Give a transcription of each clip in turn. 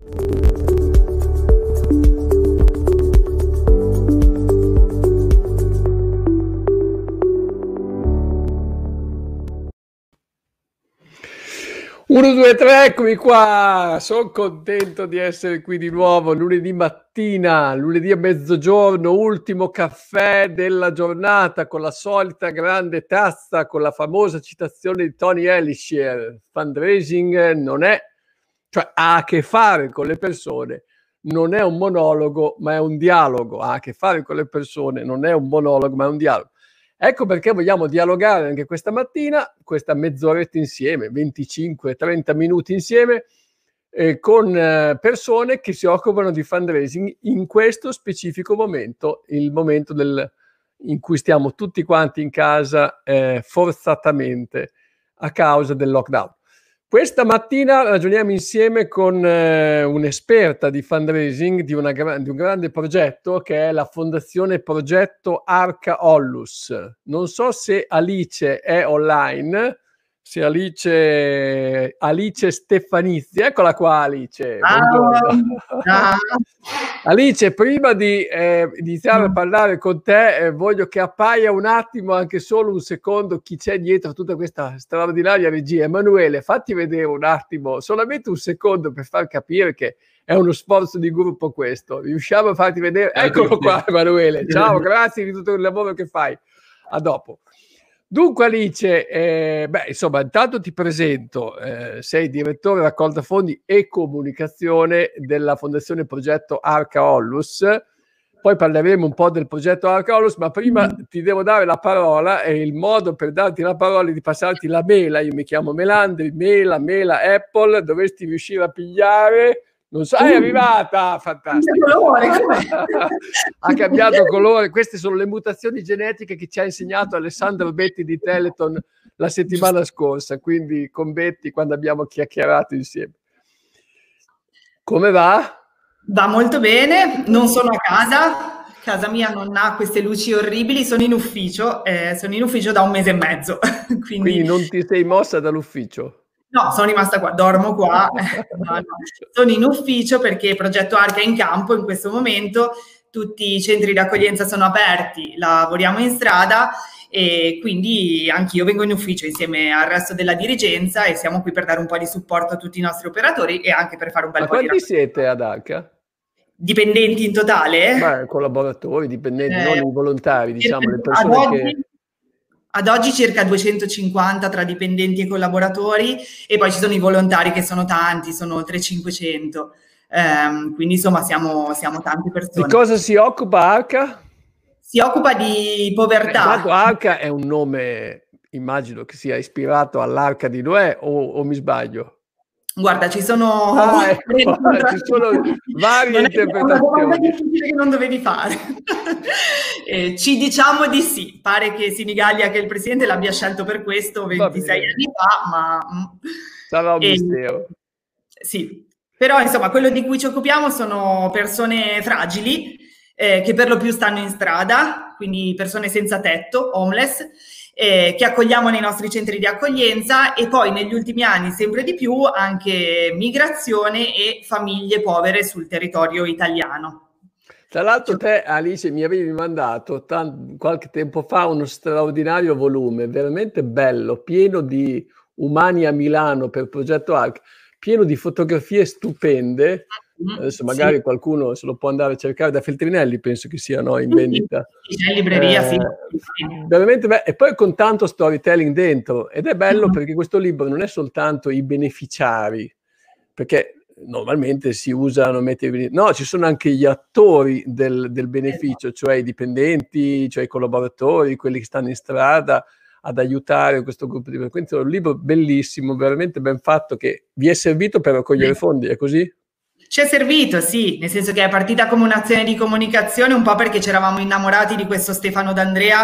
Uno, due, tre, eccomi qua, sono contento di essere qui di nuovo lunedì mattina, lunedì a mezzogiorno, ultimo caffè della giornata con la solita grande tazza, con la famosa citazione di Tony Ellisher: fundraising non è, cioè ha a che fare con le persone, non è un monologo ma è un dialogo, ha a che fare con le persone, non è un monologo ma è un dialogo. Ecco perché vogliamo dialogare anche questa mattina, questa mezz'oretta insieme, 25-30 minuti insieme, con persone che si occupano di fundraising in questo specifico momento, il momento in cui stiamo tutti quanti in casa forzatamente a causa del lockdown. Questa mattina ragioniamo insieme con un'esperta di fundraising di un grande progetto che è la Fondazione Progetto Arca Ollus. Non so se Alice è online, se Alice Stefanizzi, eccola qua Alice. Buongiorno. Alice, prima di iniziare a parlare con te, voglio che appaia un attimo, anche solo un secondo, chi c'è dietro tutta questa straordinaria regia. Emanuele, fatti vedere un attimo, solamente un secondo, per far capire che è uno sforzo di gruppo questo. Riusciamo a farti vedere? Eccolo qua Emanuele, ciao, grazie di tutto il lavoro che fai. A dopo. Dunque Alice, insomma, intanto ti presento, sei direttore raccolta fondi e comunicazione della Fondazione Progetto Arca Ollus, poi parleremo un po' del progetto Arca Ollus, ma prima ti devo dare la parola, e il modo per darti la parola è di passarti la mela. Io mi chiamo Melandri, mela Apple, dovresti riuscire a pigliare. Non so, è arrivata, fantastico. Ha cambiato colore. Queste sono le mutazioni genetiche che ci ha insegnato Alessandro Betti di Teleton la settimana scorsa, quindi con Betti, quando abbiamo chiacchierato insieme. Come va? Va molto bene, non sono a casa mia non ha queste luci orribili, sono in ufficio da un mese e mezzo. Quindi non ti sei mossa dall'ufficio? No, sono rimasta qua, dormo qua, no. Sono in ufficio perché il progetto Arca è in campo in questo momento, tutti i centri di accoglienza sono aperti, lavoriamo in strada e quindi anch'io vengo in ufficio insieme al resto della dirigenza e siamo qui per dare un po' di supporto a tutti i nostri operatori e anche per fare un bel po' di... Ma quanti siete ad Arca? Dipendenti in totale? Beh, collaboratori, dipendenti, non i volontari, diciamo, le persone Ad oggi circa 250 tra dipendenti e collaboratori e poi ci sono i volontari che sono tanti, sono oltre 500, quindi insomma siamo tante persone. Di cosa si occupa Arca? Si occupa di povertà. Arca è un nome, immagino che sia ispirato all'Arca di Noè o mi sbaglio? Guarda, ci sono varie interpretazioni. Difficile che non dovevi fare. Ci diciamo di sì. Pare che Sinigaglia, che è il presidente, l'abbia scelto per questo 26 anni fa, ma... Sarà un mistero. Sì, però insomma quello di cui ci occupiamo sono persone fragili, che per lo più stanno in strada, quindi persone senza tetto, homeless, che accogliamo nei nostri centri di accoglienza e poi negli ultimi anni sempre di più anche migrazione e famiglie povere sul territorio italiano. Tra l'altro te Alice mi avevi mandato qualche tempo fa uno straordinario volume, veramente bello, pieno di Umani a Milano per Progetto Arca, pieno di fotografie stupende. Adesso magari qualcuno se lo può andare a cercare da Feltrinelli, penso che siano in vendita. Sì, in libreria, sì. Veramente bello. E poi con tanto storytelling dentro, ed è bello perché questo libro non è soltanto i beneficiari, perché normalmente si usano, no, ci sono anche gli attori del beneficio, cioè i dipendenti, cioè i collaboratori, quelli che stanno in strada ad aiutare questo gruppo di persone. Quindi è un libro bellissimo, veramente ben fatto, che vi è servito per raccogliere fondi, è così? Ci è servito, sì, nel senso che è partita come un'azione di comunicazione, un po' perché ci eravamo innamorati di questo Stefano D'Andrea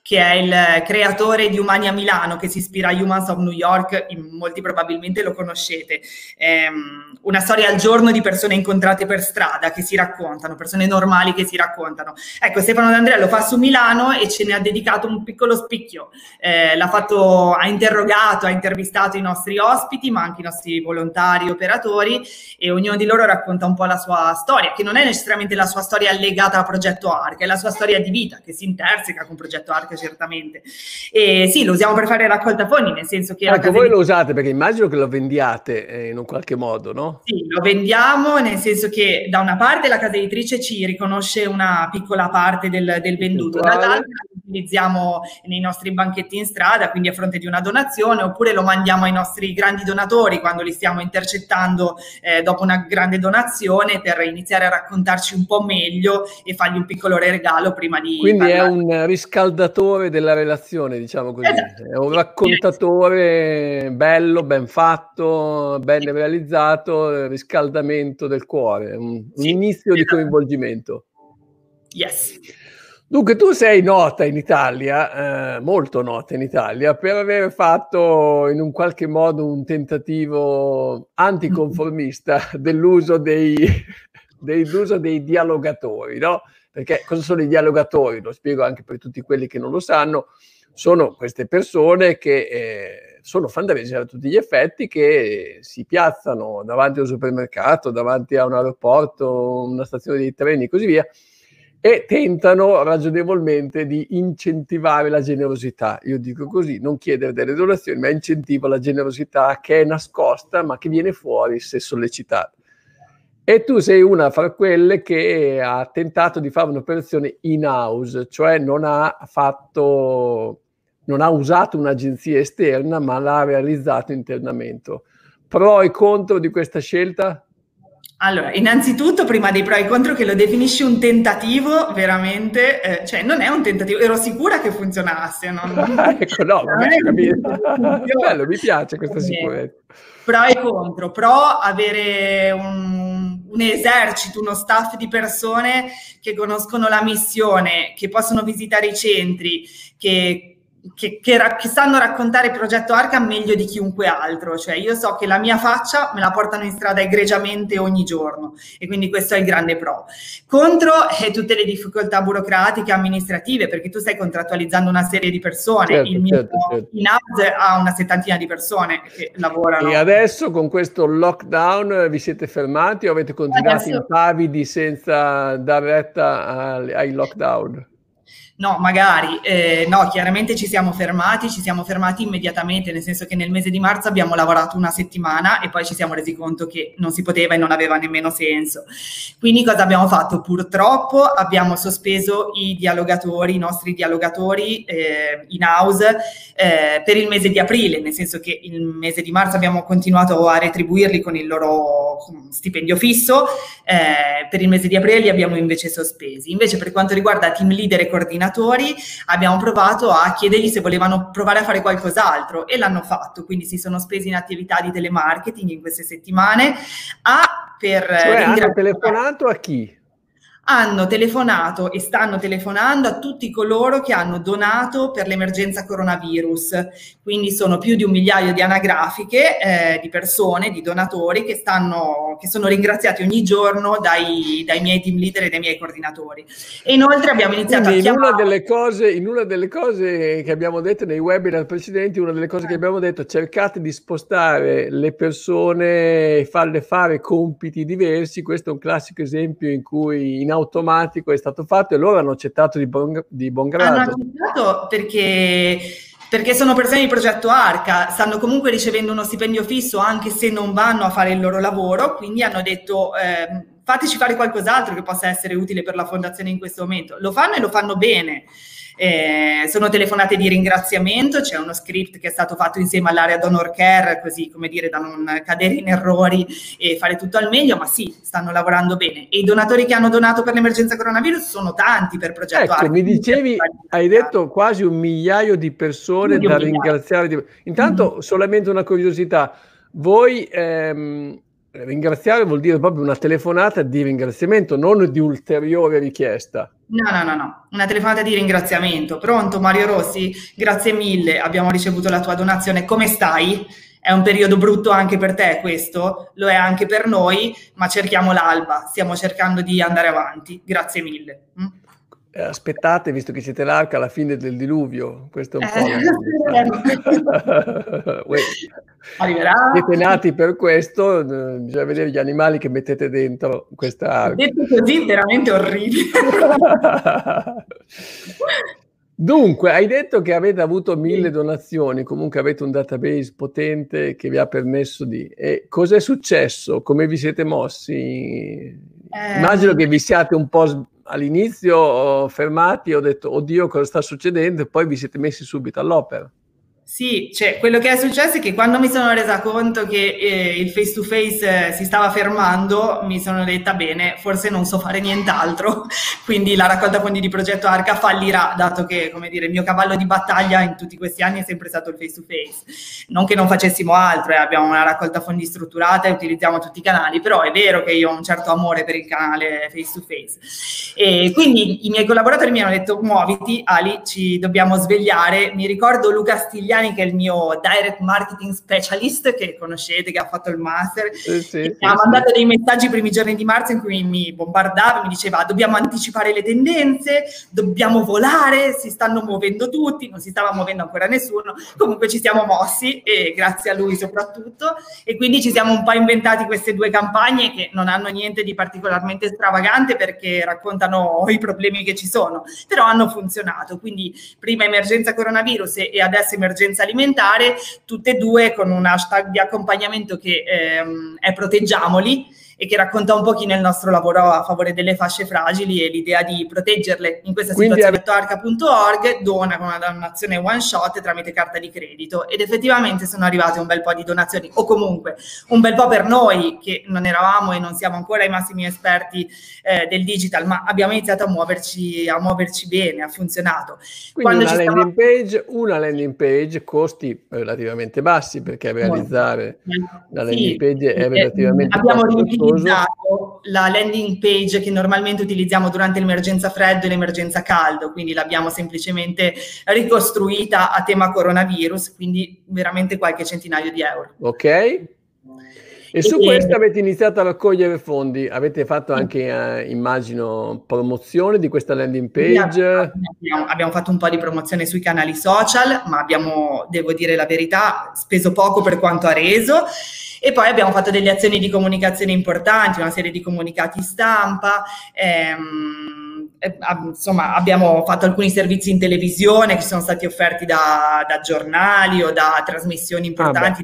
che è il creatore di Umani a Milano, che si ispira a Humans of New York, molti probabilmente lo conoscete. Una storia al giorno di persone incontrate per strada che si raccontano, persone normali che si raccontano. Ecco, Stefano D'Andrea lo fa su Milano e ce ne ha dedicato un piccolo spicchio. Ha interrogato, ha intervistato i nostri ospiti, ma anche i nostri volontari, operatori, e ognuno di loro racconta un po' la sua storia, che non è necessariamente la sua storia legata a Progetto Arca, è la sua storia di vita, che si interseca con Progetto Arca certamente. E sì, lo usiamo per fare raccolta fondi, nel senso che... Ecco, voi lo usate perché immagino che lo vendiate in un qualche modo, no? Sì, lo vendiamo, nel senso che da una parte la casa editrice ci riconosce una piccola parte del venduto, dall'altra lo utilizziamo nei nostri banchetti in strada, quindi a fronte di una donazione, oppure lo mandiamo ai nostri grandi donatori quando li stiamo intercettando dopo una grande donazione, per iniziare a raccontarci un po' meglio e fargli un piccolo regalo prima di Quindi parlare. È un riscaldatore della relazione, diciamo così. Esatto. È un raccontatore bello, ben fatto, ben realizzato, riscaldamento del cuore, un inizio di coinvolgimento. Yes. Dunque, tu sei nota in Italia, molto nota in Italia, per aver fatto in un qualche modo un tentativo anticonformista dell'uso dei dialogatori, no? Perché cosa sono i dialogatori? Lo spiego anche per tutti quelli che non lo sanno. Sono queste persone che sono fundraiser a tutti gli effetti, che si piazzano davanti a un supermercato, davanti a un aeroporto, una stazione di treni e così via, e tentano ragionevolmente di incentivare la generosità. Io dico così, non chiedere delle donazioni, ma incentivo la generosità che è nascosta, ma che viene fuori se sollecitata. E tu sei una fra quelle che ha tentato di fare un'operazione in-house, cioè non ha usato un'agenzia esterna, ma l'ha realizzato internamente. Pro e contro di questa scelta? Allora, innanzitutto, prima dei pro e contro, che lo definisci un tentativo, veramente, cioè non è un tentativo, ero sicura che funzionasse. Ecco, no, vabbè, bello, mi piace questa sicurezza. Pro e contro. Pro, avere un esercito, uno staff di persone che conoscono la missione, che possono visitare i centri, che sanno raccontare il progetto Arca meglio di chiunque altro. Cioè, io so che la mia faccia me la portano in strada egregiamente ogni giorno, e quindi questo è il grande pro. Contro è tutte le difficoltà burocratiche, amministrative, perché tu stai contrattualizzando una serie di persone. Certo, il mio in-house ha una settantina di persone che lavorano. E adesso con questo lockdown vi siete fermati o avete continuato impavidi senza dar retta ai lockdown? No, magari, no, chiaramente ci siamo fermati immediatamente, nel senso che nel mese di marzo abbiamo lavorato una settimana e poi ci siamo resi conto che non si poteva e non aveva nemmeno senso. Quindi cosa abbiamo fatto? Purtroppo abbiamo sospeso i nostri dialogatori in house per il mese di aprile, nel senso che il mese di marzo abbiamo continuato a retribuirli con il loro stipendio fisso, per il mese di aprile li abbiamo invece sospesi. Invece, per quanto riguarda team leader e coordinatori, abbiamo provato a chiedergli se volevano provare a fare qualcos'altro, e l'hanno fatto, quindi si sono spesi in attività di telemarketing in queste settimane. Hanno telefonato a chi? Hanno telefonato e stanno telefonando a tutti coloro che hanno donato per l'emergenza coronavirus, quindi sono più di 1 migliaio di anagrafiche di persone, di donatori che sono ringraziati ogni giorno dai miei team leader e dai miei coordinatori. E inoltre abbiamo iniziato a chiamare... In una delle cose che abbiamo detto nei webinar precedenti, una delle cose che abbiamo detto: cercate di spostare le persone e farle fare compiti diversi. Questo è un classico esempio in cui in automatico è stato fatto, e loro hanno accettato di buon grado. Hanno accettato perché sono persone di progetto Arca, stanno comunque ricevendo uno stipendio fisso anche se non vanno a fare il loro lavoro, quindi hanno detto fateci fare qualcos'altro che possa essere utile per la fondazione in questo momento. Lo fanno e lo fanno bene. Sono telefonate di ringraziamento, c'è uno script che è stato fatto insieme all'area donor care, così, come dire, da non cadere in errori e fare tutto al meglio, ma sì, stanno lavorando bene. E i donatori che hanno donato per l'emergenza coronavirus sono tanti per progetto Arca. Mi dicevi, hai detto quasi 1 migliaio di persone da ringraziare. Intanto, solamente una curiosità: voi Ringraziare vuol dire proprio una telefonata di ringraziamento, non di ulteriore richiesta. No, una telefonata di ringraziamento. Pronto Mario Rossi? Grazie mille, abbiamo ricevuto la tua donazione. Come stai? È un periodo brutto anche per te questo, lo è anche per noi, ma cerchiamo l'alba, stiamo cercando di andare avanti. Grazie mille. Aspettate, visto che siete l'Arca, alla fine del diluvio, questo è un po'... Arriverà. Siete nati per questo, bisogna vedere gli animali che mettete dentro questa arca. Detto così, veramente orribile. Dunque, hai detto che avete avuto 1000 donazioni, comunque avete un database potente che vi ha permesso di... E cos'è successo? Come vi siete mossi? Immagino che vi siate un po' all'inizio fermati, ho detto, oddio, cosa sta succedendo? E poi vi siete messi subito all'opera. Sì, cioè quello che è successo è che quando mi sono resa conto che il face to face si stava fermando, mi sono detta bene, forse non so fare nient'altro, quindi la raccolta fondi di Progetto Arca fallirà, dato che, come dire, il mio cavallo di battaglia in tutti questi anni è sempre stato il face to face. Non che non facessimo altro, abbiamo una raccolta fondi strutturata e utilizziamo tutti i canali, però è vero che io ho un certo amore per il canale face to face. E quindi i miei collaboratori mi hanno detto, muoviti Ali, ci dobbiamo svegliare. Mi ricordo Luca Stigliani, che è il mio direct marketing specialist, che conoscete, che ha fatto il master, mi ha mandato dei messaggi i primi giorni di marzo in cui mi bombardava, mi diceva dobbiamo anticipare le tendenze, dobbiamo volare, si stanno muovendo tutti, non si stava muovendo ancora nessuno, comunque ci siamo mossi, e grazie a lui soprattutto, e quindi ci siamo un po' inventati queste due campagne che non hanno niente di particolarmente stravagante, perché raccontano i problemi che ci sono, però hanno funzionato. Quindi prima emergenza coronavirus e adesso emergenza alimentare, tutte e due con un hashtag di accompagnamento che è Proteggiamoli, e che racconta un pochino il nostro lavoro a favore delle fasce fragili e l'idea di proteggerle. In questa situazione arca.org dona con una donazione one shot tramite carta di credito, ed effettivamente sono arrivate un bel po' di donazioni, o comunque un bel po' per noi che non eravamo e non siamo ancora i massimi esperti del digital, ma abbiamo iniziato a muoverci bene, ha funzionato. Quindi una landing page, costi relativamente bassi, perché realizzare la landing page è relativamente abbiamo riutilizzato la landing page che normalmente utilizziamo durante l'emergenza freddo e l'emergenza caldo, quindi l'abbiamo semplicemente ricostruita a tema coronavirus, quindi veramente qualche centinaio di euro. Ok. E su questo avete iniziato a raccogliere fondi, avete fatto anche, immagino, promozione di questa landing page? Abbiamo fatto un po' di promozione sui canali social, ma abbiamo, devo dire la verità, speso poco per quanto ha reso. E poi abbiamo fatto delle azioni di comunicazione importanti, una serie di comunicati stampa, insomma abbiamo fatto alcuni servizi in televisione che sono stati offerti da giornali o da trasmissioni importanti.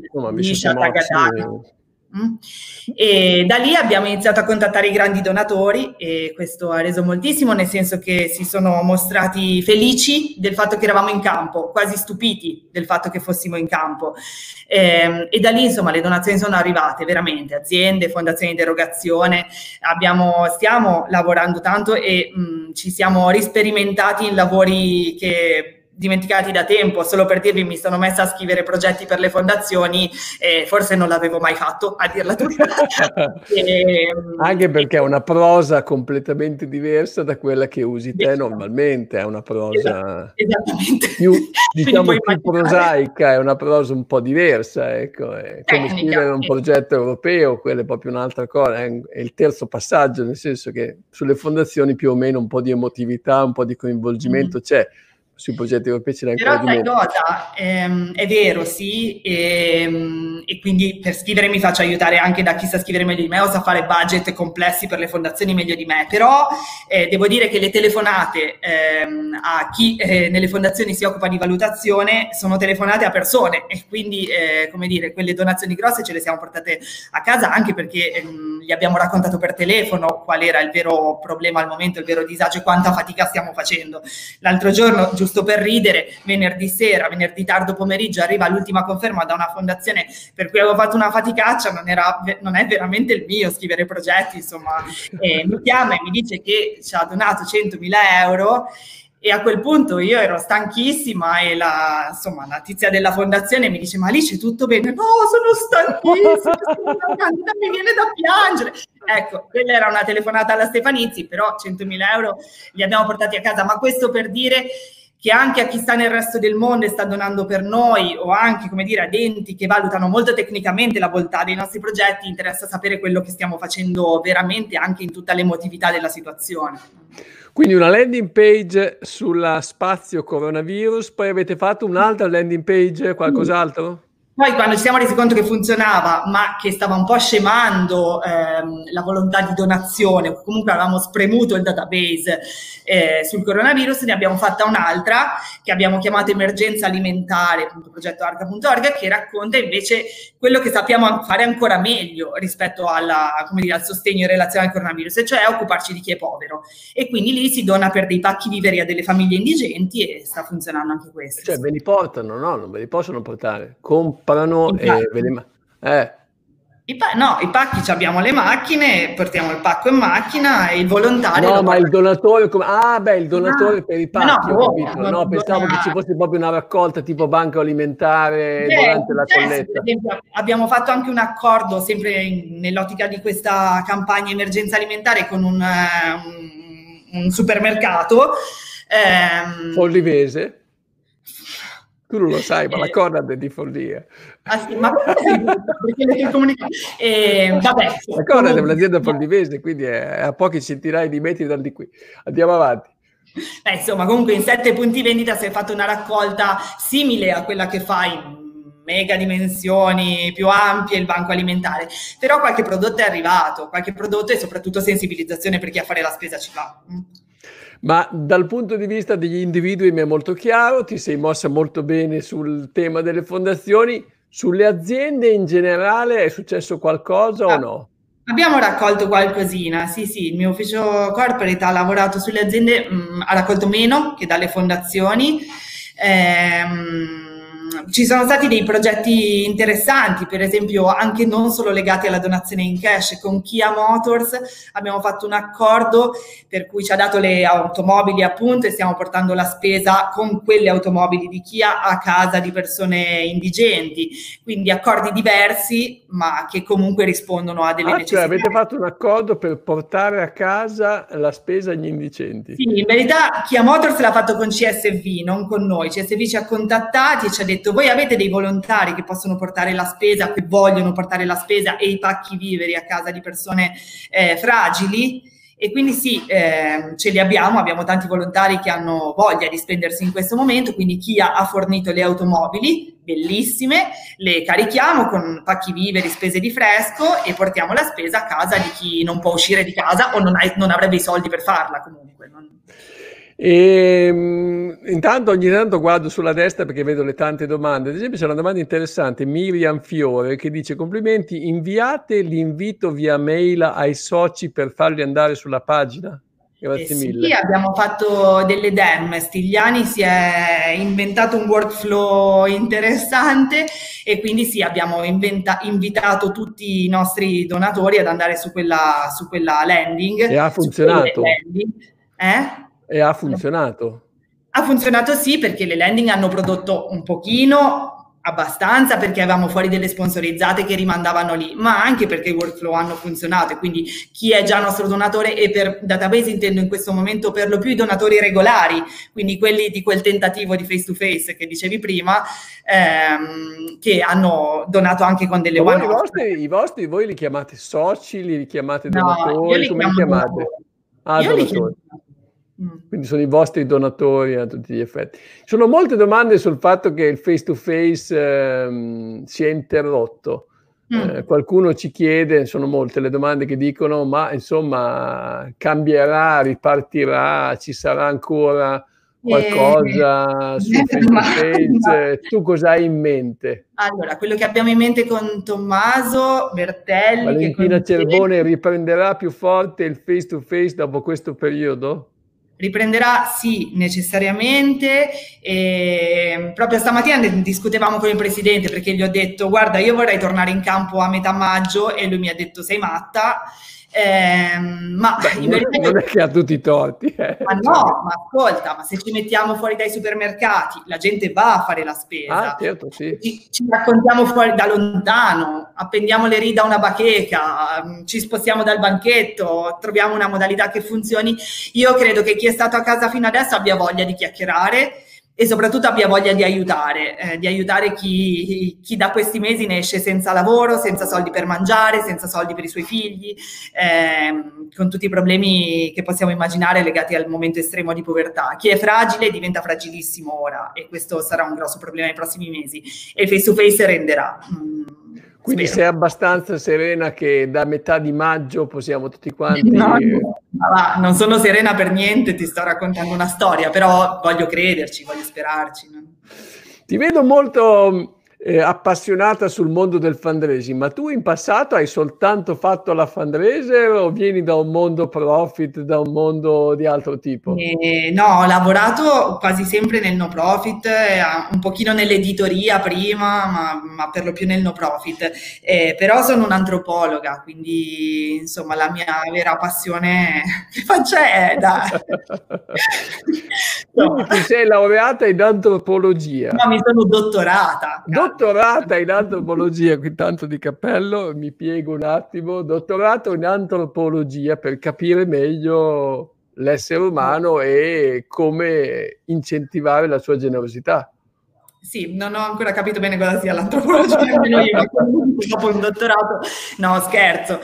E da lì abbiamo iniziato a contattare i grandi donatori, e questo ha reso moltissimo, nel senso che si sono mostrati felici del fatto che eravamo in campo, quasi stupiti del fatto che fossimo in campo, e da lì insomma le donazioni sono arrivate veramente, aziende, fondazioni di erogazione. Stiamo lavorando tanto e ci siamo risperimentati in lavori che dimenticati da tempo. Solo per dirvi, mi sono messa a scrivere progetti per le fondazioni e forse non l'avevo mai fatto, a dirla tutta. Anche perché è una prosa completamente diversa da quella che usi te normalmente, è una prosa più, diciamo, più prosaica, è una prosa un po' diversa, ecco, è come scrivere un progetto europeo, quella è proprio un'altra cosa, è il terzo passaggio, nel senso che sulle fondazioni più o meno un po' di emotività, un po' di coinvolgimento c'è. Sui progetti europei ce n'è ancora di meno. Però sai cosa? È vero, sì, e quindi per scrivere mi faccio aiutare anche da chi sa scrivere meglio di me o sa fare budget complessi per le fondazioni meglio di me, però devo dire che le telefonate a chi nelle fondazioni si occupa di valutazione sono telefonate a persone, e quindi come dire, quelle donazioni grosse ce le siamo portate a casa, anche perché gli abbiamo raccontato per telefono qual era il vero problema al momento, il vero disagio e quanta fatica stiamo facendo. L'altro giorno, giusto per ridere, venerdì tardo pomeriggio arriva l'ultima conferma da una fondazione per cui avevo fatto una faticaccia, non è veramente il mio scrivere progetti, insomma, mi chiama e mi dice che ci ha donato 100.000 euro E a quel punto io ero stanchissima e la tizia della fondazione mi dice: ma Alice, tutto bene? No, sono stanchissima, mi viene da piangere. Ecco, quella era una telefonata alla Stefanizzi, però 100.000 euro li abbiamo portati a casa. Ma questo per dire che anche a chi sta nel resto del mondo e sta donando per noi, o anche, come dire, ad enti che valutano molto tecnicamente la bontà dei nostri progetti, interessa sapere quello che stiamo facendo veramente, anche in tutta l'emotività della situazione. Quindi una landing page sulla spazio coronavirus, poi avete fatto un'altra landing page, qualcos'altro? Poi quando ci siamo resi conto che funzionava, ma che stava un po' scemando la volontà di donazione, comunque avevamo spremuto il database sul coronavirus, ne abbiamo fatta un'altra che abbiamo chiamato Emergenza Alimentare, progetto arca.org, che racconta invece quello che sappiamo fare ancora meglio rispetto al sostegno in relazione al coronavirus, cioè occuparci di chi è povero. E quindi lì si dona per dei pacchi viveri a delle famiglie indigenti e sta funzionando anche questo. Cioè ve li portano, no? Non ve li possono portare, comprano e ve li... No, i pacchi, abbiamo le macchine, portiamo il pacco in macchina e il volontario... No, ma il donatore... il donatore per i pacchi, ho capito. No, pensavo che ci fosse proprio una raccolta tipo banco alimentare durante la colletta. Per esempio, abbiamo fatto anche un accordo, sempre nell'ottica di questa campagna emergenza alimentare, con un supermercato. Follivese? Tu non lo sai, ma la Conad è di Follia. Ah sì, ma perché le comunicazioni... vabbè. La Conad è un'azienda follivese, quindi è a pochi centinaia di metri da di qui. Andiamo avanti. Insomma, comunque in 7 punti vendita si è fatta una raccolta simile a quella che fa in mega dimensioni più ampie il banco alimentare, però qualche prodotto è arrivato, qualche prodotto e soprattutto sensibilizzazione per chi a fare la spesa ci va. Ma dal punto di vista degli individui mi è molto chiaro, ti sei mossa molto bene sul tema delle fondazioni. Sulle aziende in generale è successo qualcosa o no? Abbiamo raccolto qualcosina, sì, il mio ufficio corporate ha lavorato sulle aziende, ha raccolto meno che dalle fondazioni. Ci sono stati dei progetti interessanti, per esempio anche non solo legati alla donazione in cash. Con Kia Motors abbiamo fatto un accordo per cui ci ha dato le automobili appunto e stiamo portando la spesa con quelle automobili di Kia a casa di persone indigenti, quindi accordi diversi ma che comunque rispondono a delle necessità. Cioè avete fatto un accordo per portare a casa la spesa agli indigenti? Sì, in verità Kia Motors l'ha fatto con CSV, non con noi. CSV ci ha contattati e ci ha detto: voi avete dei volontari che possono portare la spesa, che vogliono portare la spesa e i pacchi viveri a casa di persone fragili? E quindi sì, ce li abbiamo tanti volontari che hanno voglia di spendersi in questo momento, quindi Kia ha fornito le automobili, bellissime, le carichiamo con pacchi viveri, spese di fresco e portiamo la spesa a casa di chi non può uscire di casa o non avrebbe i soldi per farla comunque. E intanto ogni tanto guardo sulla destra perché vedo le tante domande. Ad esempio c'è una domanda interessante, Miriam Fiore, che dice: complimenti, inviate l'invito via mail ai soci per farli andare sulla pagina? Grazie mille. Sì, abbiamo fatto delle dem. Stigliani si è inventato un workflow interessante e quindi sì, abbiamo invitato tutti i nostri donatori ad andare su quella landing. E ha funzionato? E ha funzionato? Ha funzionato sì, perché le landing hanno prodotto un pochino, abbastanza, perché avevamo fuori delle sponsorizzate che rimandavano lì, ma anche perché i workflow hanno funzionato e quindi chi è già nostro donatore, e per database intendo in questo momento per lo più i donatori regolari, quindi quelli di quel tentativo di face to face che dicevi prima, che hanno donato anche con delle one-off. I vostri voi li chiamate soci, li chiamate donatori, come li chiamate? Donatori. Quindi sono i vostri donatori a tutti gli effetti. Ci sono molte domande sul fatto che il face to face si è interrotto. Qualcuno ci chiede, sono molte le domande che dicono: ma insomma cambierà, ripartirà, ci sarà ancora qualcosa sul face to face? Tu cosa hai in mente? Allora, quello che abbiamo in mente con Tommaso Bertelli, Valentina Cervone, riprenderà più forte il face to face dopo questo periodo? Riprenderà sì, necessariamente. E proprio stamattina discutevamo con il presidente, perché gli ho detto: guarda, io vorrei tornare in campo a metà maggio, e lui mi ha detto: sei matta. Ma Beh, in verità non è che ha tutti i torti. Ma no, ma ascolta, ma se ci mettiamo fuori dai supermercati, la gente va a fare la spesa. Certo, sì. Ci raccontiamo fuori da lontano, appendiamo le rida a una bacheca, ci spostiamo dal banchetto, troviamo una modalità che funzioni. Io credo che chi è stato a casa fino adesso abbia voglia di chiacchierare e soprattutto abbia voglia di aiutare chi da questi mesi ne esce senza lavoro, senza soldi per mangiare, senza soldi per i suoi figli, con tutti i problemi che possiamo immaginare legati al momento estremo di povertà. Chi è fragile diventa fragilissimo ora e questo sarà un grosso problema nei prossimi mesi e il face to face renderà. Quindi spero. sei abbastanza serena che da metà di maggio possiamo tutti quanti... No, non sono serena per niente, ti sto raccontando una storia, però voglio crederci, voglio sperarci. Ti vedo molto appassionata sul mondo del fundraising, ma tu in passato hai soltanto fatto la fundraiser o vieni da un mondo profit, da un mondo di altro tipo? No, ho lavorato quasi sempre nel no profit, un pochino nell'editoria prima, ma per lo più nel no profit. Però sono un'antropologa, quindi insomma la mia vera passione che faccio è da... Quindi ti sei laureata in antropologia? No, mi sono dottorata. Dottorata in antropologia, qui tanto di cappello, mi piego un attimo. Dottorato in antropologia per capire meglio l'essere umano e come incentivare la sua generosità. Sì, non ho ancora capito bene cosa sia l'antropologia, dopo un dottorato, no scherzo,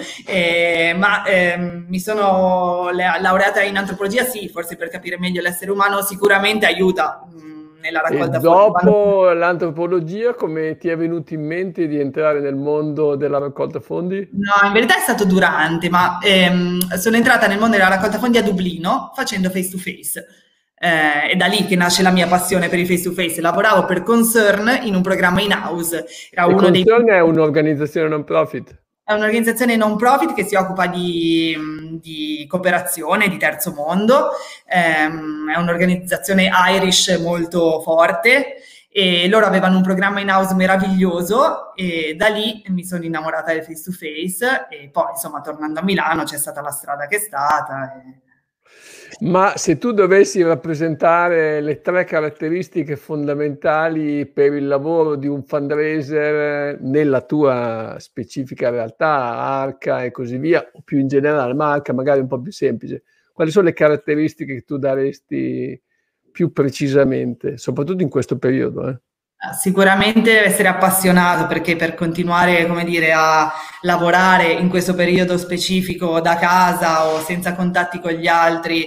mi sono laureata in antropologia, sì, forse per capire meglio l'essere umano, sicuramente aiuta nella raccolta fondi. Dopo l'antropologia, come ti è venuto in mente di entrare nel mondo della raccolta fondi? No, in verità è stato durante, ma sono entrata nel mondo della raccolta fondi a Dublino facendo face to face. È da lì che nasce la mia passione per i face to face. Lavoravo per Concern in un programma in house. Concern è un'organizzazione non profit? È un'organizzazione non profit che si occupa di cooperazione, di terzo mondo. È un'organizzazione Irish molto forte e loro avevano un programma in house meraviglioso e da lì mi sono innamorata del face to face e poi insomma tornando a Milano c'è stata la strada che è stata. Ma se tu dovessi rappresentare le 3 caratteristiche fondamentali per il lavoro di un fundraiser nella tua specifica realtà, Arca e così via, o più in generale, ma Arca magari un po' più semplice, quali sono le caratteristiche che tu daresti più precisamente, soprattutto in questo periodo? Sicuramente essere appassionato, perché per continuare, come dire, a lavorare in questo periodo specifico da casa o senza contatti con gli altri,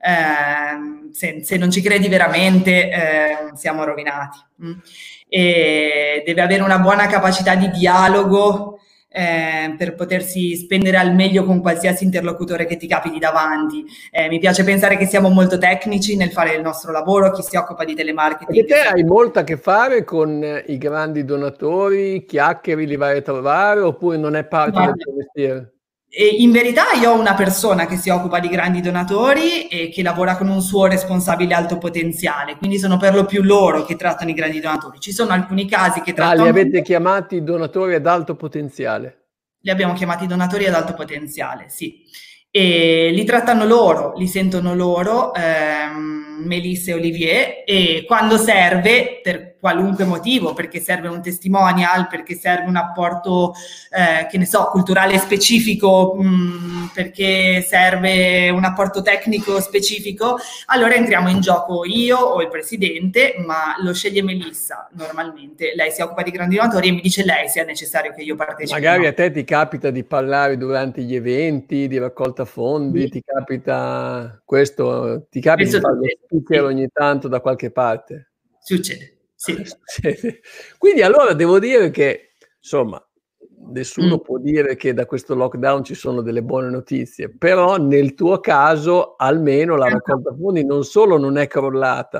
se non ci credi veramente, siamo rovinati. E deve avere una buona capacità di dialogo per potersi spendere al meglio con qualsiasi interlocutore che ti capiti davanti. Mi piace pensare che siamo molto tecnici nel fare il nostro lavoro, chi si occupa di telemarketing. Perché te hai molto a che fare con i grandi donatori, chiacchieri, li vai a trovare oppure non è parte del tuo mestiere? In verità io ho una persona che si occupa di grandi donatori e che lavora con un suo responsabile alto potenziale, quindi sono per lo più loro che trattano i grandi donatori. Ci sono alcuni casi che trattano... li avete chiamati donatori ad alto potenziale? Li abbiamo chiamati donatori ad alto potenziale, sì. E li trattano loro, li sentono loro, Melissa e Olivier, e quando serve, per qualunque motivo, perché serve un testimonial, perché serve un apporto, che ne so, culturale specifico, perché serve un apporto tecnico specifico, allora entriamo in gioco io o il presidente, ma lo sceglie Melissa normalmente. Lei si occupa di grandi donatori e mi dice lei se è necessario che io partecipi. Magari a te ti capita di parlare durante gli eventi di raccolta fondi, sì. Ti capita questo, ti capita di fare lo speaker ogni tanto da qualche parte? Succede. Sì. Quindi allora devo dire che, insomma, nessuno può dire che da questo lockdown ci sono delle buone notizie, però nel tuo caso almeno la raccolta fondi non solo non è crollata,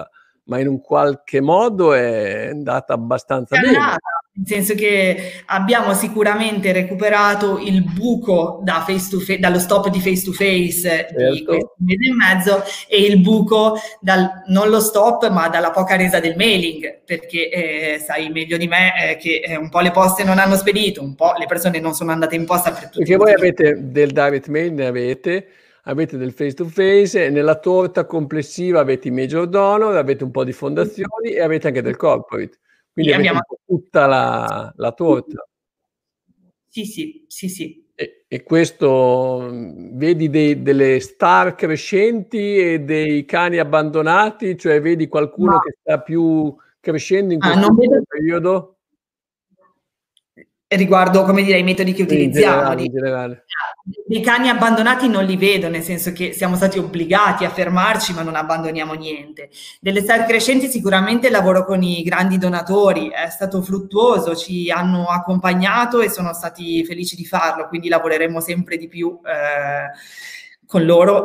ma in un qualche modo è andata abbastanza bene. Nel senso che abbiamo sicuramente recuperato il buco da face to face, dallo stop di face to face di questo mese e mezzo, e il buco non lo stop, ma dalla poca resa del mailing, perché sai meglio di me che un po' le poste non hanno spedito, un po' le persone non sono andate in posta per tutti. Perché voi avete del direct mail, ne avete del face to face, e nella torta complessiva avete i major donor, avete un po' di fondazioni e avete anche del corporate. Quindi abbiamo tutta la torta. Sì. E questo, vedi delle star crescenti e dei cani abbandonati, cioè vedi qualcuno che sta più crescendo in questo periodo? Riguardo, come dire, i metodi che utilizziamo. In generale. I cani abbandonati non li vedo, nel senso che siamo stati obbligati a fermarci, ma non abbandoniamo niente. Delle star crescenti sicuramente lavoro con i grandi donatori, è stato fruttuoso, ci hanno accompagnato e sono stati felici di farlo, quindi lavoreremo sempre di più con loro.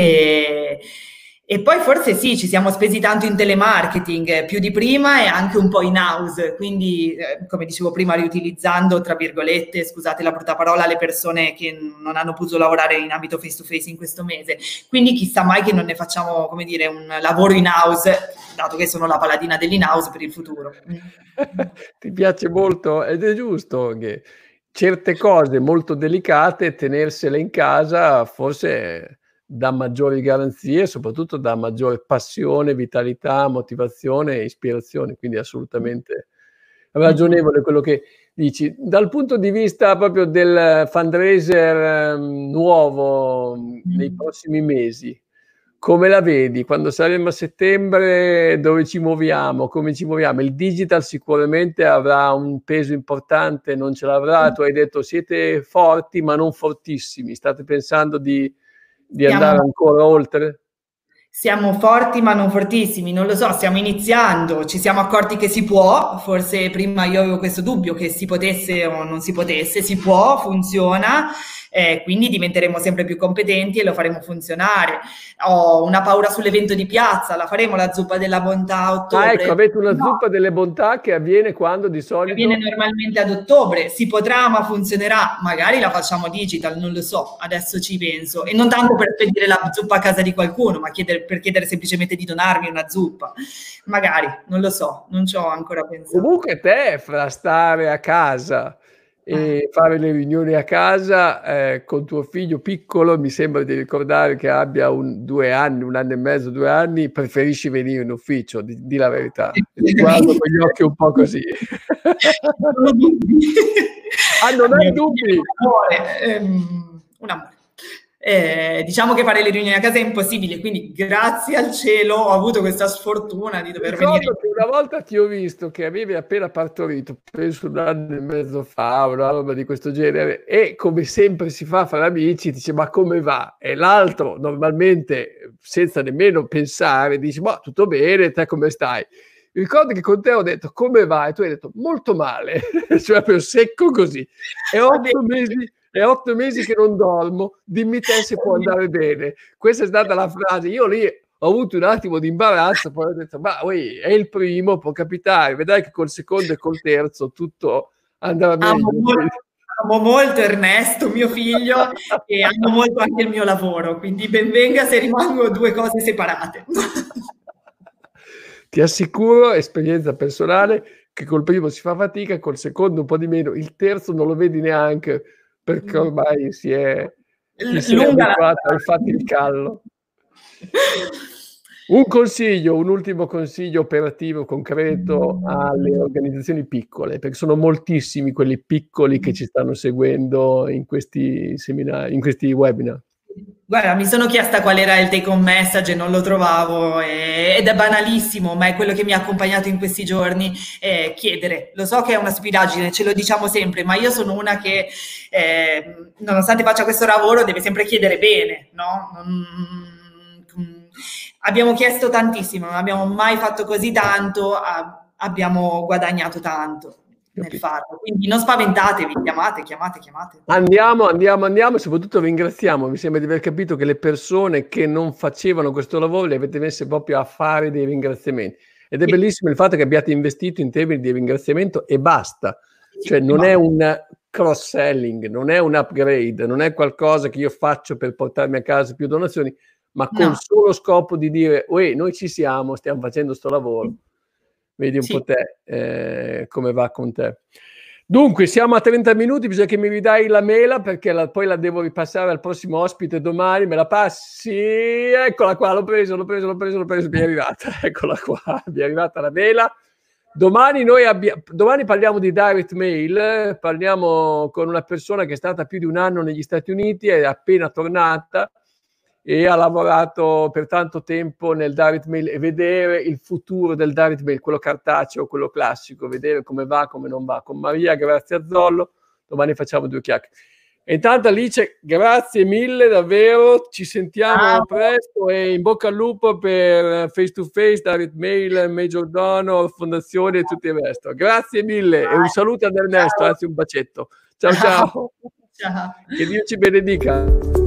E poi forse sì, ci siamo spesi tanto in telemarketing, più di prima, e anche un po' in house, quindi come dicevo prima, riutilizzando, tra virgolette, scusate la brutta parola, le persone che non hanno potuto lavorare in ambito face to face in questo mese. Quindi chissà mai che non ne facciamo, come dire, un lavoro in house, dato che sono la paladina dell'in house per il futuro. Ti piace molto, ed è giusto che certe cose molto delicate, tenersele in casa, forse dà maggiori garanzie, soprattutto dà maggiore passione, vitalità, motivazione e ispirazione, quindi assolutamente ragionevole quello che dici. Dal punto di vista proprio del fundraiser nuovo nei prossimi mesi, come la vedi? Quando saremo a settembre, dove ci muoviamo? Come ci muoviamo? Il digital sicuramente avrà un peso importante, non ce l'avrà? Tu hai detto siete forti ma non fortissimi, state pensando di andare ancora oltre? Siamo forti ma non fortissimi, non lo so, stiamo iniziando, ci siamo accorti che si può, forse prima io avevo questo dubbio che si potesse o non si potesse, si può, funziona, quindi diventeremo sempre più competenti e lo faremo funzionare. Ho una paura sull'evento di piazza, la faremo la zuppa della bontà a ottobre? Ah, ecco, avete una zuppa delle bontà che avviene quando di solito? Avviene normalmente ad ottobre, si potrà ma funzionerà, magari la facciamo digital, non lo so, adesso ci penso, e non tanto per spedire la zuppa a casa di qualcuno, ma per chiedere semplicemente di donarmi una zuppa, magari, non lo so, non ci ho ancora pensato. Comunque te, fra stare a casa e fare le riunioni a casa con tuo figlio piccolo, mi sembra di ricordare che abbia 2 anni, 1 anno e mezzo, 2 anni, preferisci venire in ufficio, di la verità. Ti guardo con gli occhi un po' così. Non ho dubbi. Non hai dubbi? Un amore. Diciamo che fare le riunioni a casa è impossibile, quindi grazie al cielo ho avuto questa sfortuna di dover venire. Che una volta ti ho visto che avevi appena partorito, penso 1 anno e mezzo fa, una roba di questo genere, e come sempre si fa fra amici, dice ma come va? E l'altro normalmente senza nemmeno pensare dice ma tutto bene, te come stai? Ricordo che con te ho detto come va? E tu hai detto molto male, cioè per secco così. E 8 mesi che non dormo, dimmi te se può andare bene. Questa è stata la frase. Io lì ho avuto un attimo di imbarazzo, poi ho detto ma è il primo, può capitare, vedrai che col secondo e col terzo tutto andrà meglio. Amo molto Ernesto, mio figlio, e amo molto anche il mio lavoro, quindi ben venga se rimango 2 cose separate. Ti assicuro, esperienza personale, che col primo si fa fatica, col secondo un po' di meno, il terzo non lo vedi neanche, perché ormai si è abituato, hai fatto il callo. Un consiglio, un ultimo consiglio operativo, concreto alle organizzazioni piccole, perché sono moltissimi quelli piccoli che ci stanno seguendo in questi seminari, in questi webinar. Guarda, mi sono chiesta qual era il take home message e non lo trovavo, ed è banalissimo, ma è quello che mi ha accompagnato in questi giorni, chiedere. Lo so che è una stupidaggine, ce lo diciamo sempre, ma io sono una che, nonostante faccia questo lavoro, deve sempre chiedere bene, no? Abbiamo chiesto tantissimo, non abbiamo mai fatto così tanto, abbiamo guadagnato tanto nel farlo, quindi non spaventatevi, chiamate. Andiamo e soprattutto ringraziamo, mi sembra di aver capito che le persone che non facevano questo lavoro le avete messe proprio a fare dei ringraziamenti. Ed è bellissimo il fatto che abbiate investito in termini di ringraziamento e basta. Cioè non è un cross-selling, non è un upgrade, non è qualcosa che io faccio per portarmi a casa più donazioni, ma col solo scopo di dire, noi ci siamo, stiamo facendo sto lavoro. Vedi un po' te, come va con te. Dunque, siamo a 30 minuti, bisogna che mi ridai la mela perché poi la devo ripassare al prossimo ospite domani. Me la passi? Eccola qua, l'ho preso, mi è arrivata. Eccola qua, mi è arrivata la mela. Domani parliamo di direct mail, parliamo con una persona che è stata più di un anno negli Stati Uniti, è appena tornata e ha lavorato per tanto tempo nel direct mail e vedere il futuro del direct mail, quello cartaceo, quello classico, vedere come va, come non va. Con Maria Graziazzollo, domani facciamo 2 chiacchiere. E intanto Alice, grazie mille davvero, ci sentiamo presto e in bocca al lupo per Face to Face, direct mail, Major Donor, fondazioni e tutto il resto. Grazie mille e un saluto ad Ernesto, anzi un bacetto. Ciao. Che Dio ci benedica.